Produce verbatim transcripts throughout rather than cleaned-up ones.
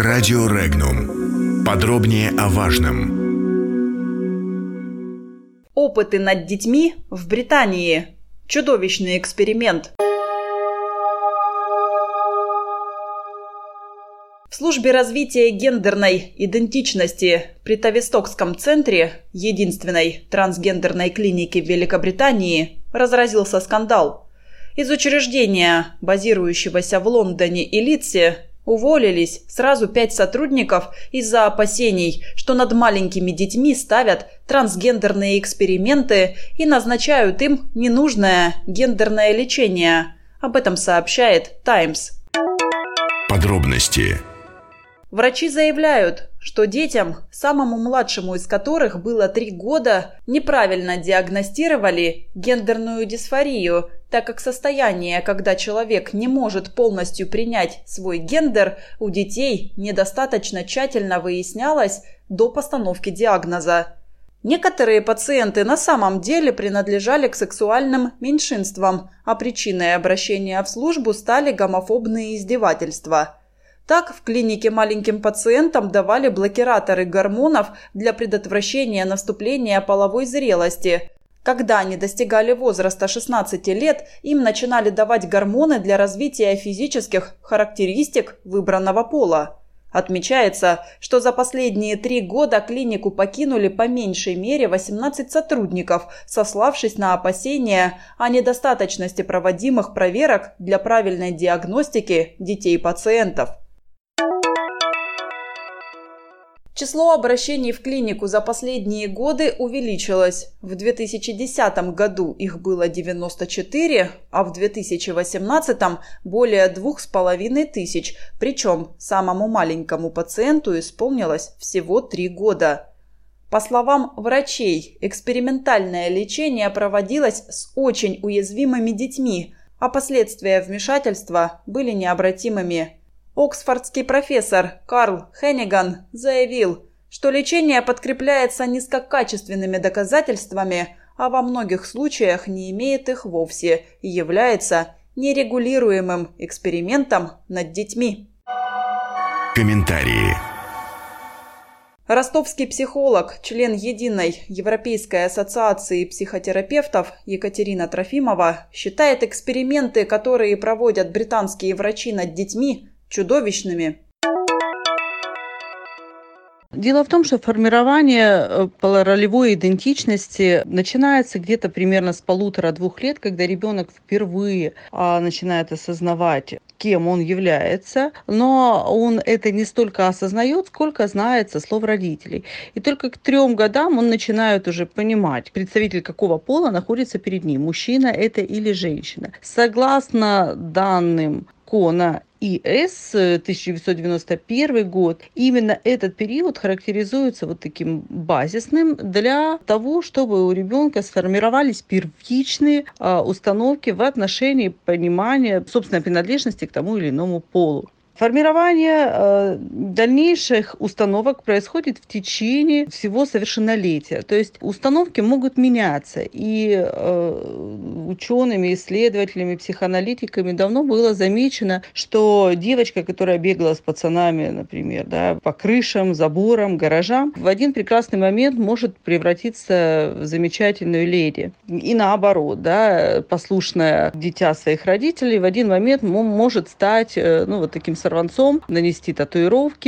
Радио Регнум. Подробнее о важном. Опыты над детьми в Британии. Чудовищный эксперимент. В службе развития гендерной идентичности при Тавистокском центре, единственной трансгендерной клиники в Великобритании, разразился скандал. Из учреждения, базирующегося в Лондоне и Лидсе, уволились сразу пять сотрудников из-за опасений, что над маленькими детьми ставят трансгендерные эксперименты и назначают им ненужное гендерное лечение. Об этом сообщает «Таймс». Подробности. Врачи заявляют, что детям, самому младшему из которых было три года, неправильно диагностировали гендерную дисфорию, так как состояние, когда человек не может полностью принять свой гендер, у детей недостаточно тщательно выяснялось до постановки диагноза. Некоторые пациенты на самом деле принадлежали к сексуальным меньшинствам, а причиной обращения в службу стали гомофобные издевательства. Так, в клинике маленьким пациентам давали блокираторы гормонов для предотвращения наступления половой зрелости. Когда они достигали возраста шестнадцати лет, им начинали давать гормоны для развития физических характеристик выбранного пола. Отмечается, что за последние три года клинику покинули по меньшей мере восемнадцать сотрудников, сославшись на опасения о недостаточности проводимых проверок для правильной диагностики детей-пациентов. Число обращений в клинику за последние годы увеличилось. В две тысячи десятом году их было девяносто четыре, а в две тысячи восемнадцатом более двух с половиной тысяч, причем самому маленькому пациенту исполнилось всего три года. По словам врачей, экспериментальное лечение проводилось с очень уязвимыми детьми, а последствия вмешательства были необратимыми. Оксфордский профессор Карл Хенниган заявил, что лечение подкрепляется низкокачественными доказательствами, а во многих случаях не имеет их вовсе и является нерегулируемым экспериментом над детьми. Комментарии. Ростовский психолог, член Единой Европейской ассоциации психотерапевтов Екатерина Трофимова считает эксперименты, которые проводят британские врачи над детьми, чудовищными. Дело в том, что формирование полуролевой идентичности начинается где-то примерно с полутора-двух лет, когда ребенок впервые а, начинает осознавать, кем он является, но он это не столько осознает, сколько знает со слов родителей. И только к трем годам он начинает уже понимать, представитель какого пола находится перед ним, мужчина это или женщина. Согласно данным Кона и С, тысяча девятьсот девяносто первый год, именно этот период характеризуется вот таким базисным для того, чтобы у ребенка сформировались первичные а, установки в отношении понимания собственной принадлежности к тому или иному полу. Формирование э, дальнейших установок происходит в течение всего совершеннолетия. То есть установки могут меняться. И э, учеными, исследователями, психоаналитиками давно было замечено, что девочка, которая бегала с пацанами, например, да, по крышам, заборам, гаражам, в один прекрасный момент может превратиться в замечательную леди. И наоборот, да, послушное дитя своих родителей в один момент может стать э, ну, вот таким сорванцом, нанести татуировки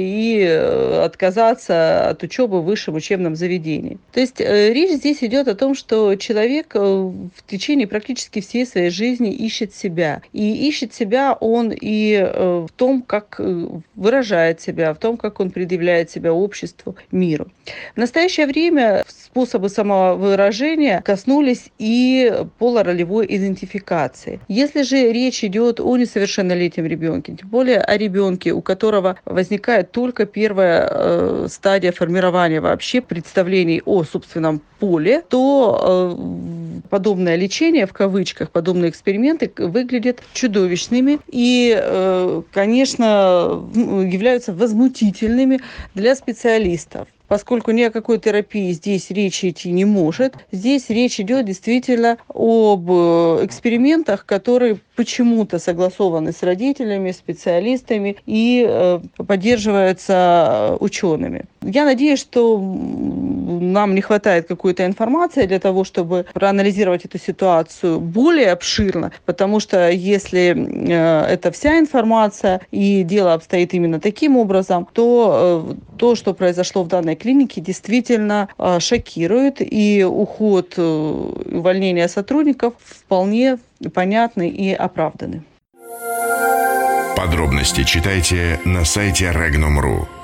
и отказаться от учебы в высшем учебном заведении. То есть речь здесь идет о том, что человек в течение практически всей своей жизни ищет себя. И ищет себя он и в том, как выражает себя, в том, как он предъявляет себя обществу, миру. В настоящее время способы самовыражения коснулись и полуролевой идентификации. Если же речь идет о несовершеннолетнем ребенке, тем более о ребенке, у которого возникает только первая э, стадия формирования вообще представлений о собственном поле, то э, подобное лечение, в кавычках, подобные эксперименты выглядят чудовищными и, э, конечно, являются возмутительными для специалистов. поскольку ни о какой терапии здесь речи идти не может. Здесь речь идет действительно об экспериментах, которые почему-то согласованы с родителями, специалистами и поддерживаются учеными. Я надеюсь, что нам не хватает какой-то информации для того, чтобы проанализировать эту ситуацию более обширно, потому что если это вся информация и дело обстоит именно таким образом, то то, что произошло в данной клинике, действительно шокирует, и уход, увольнение сотрудников вполне понятны и оправданы. Подробности читайте на сайте регнум точка ру.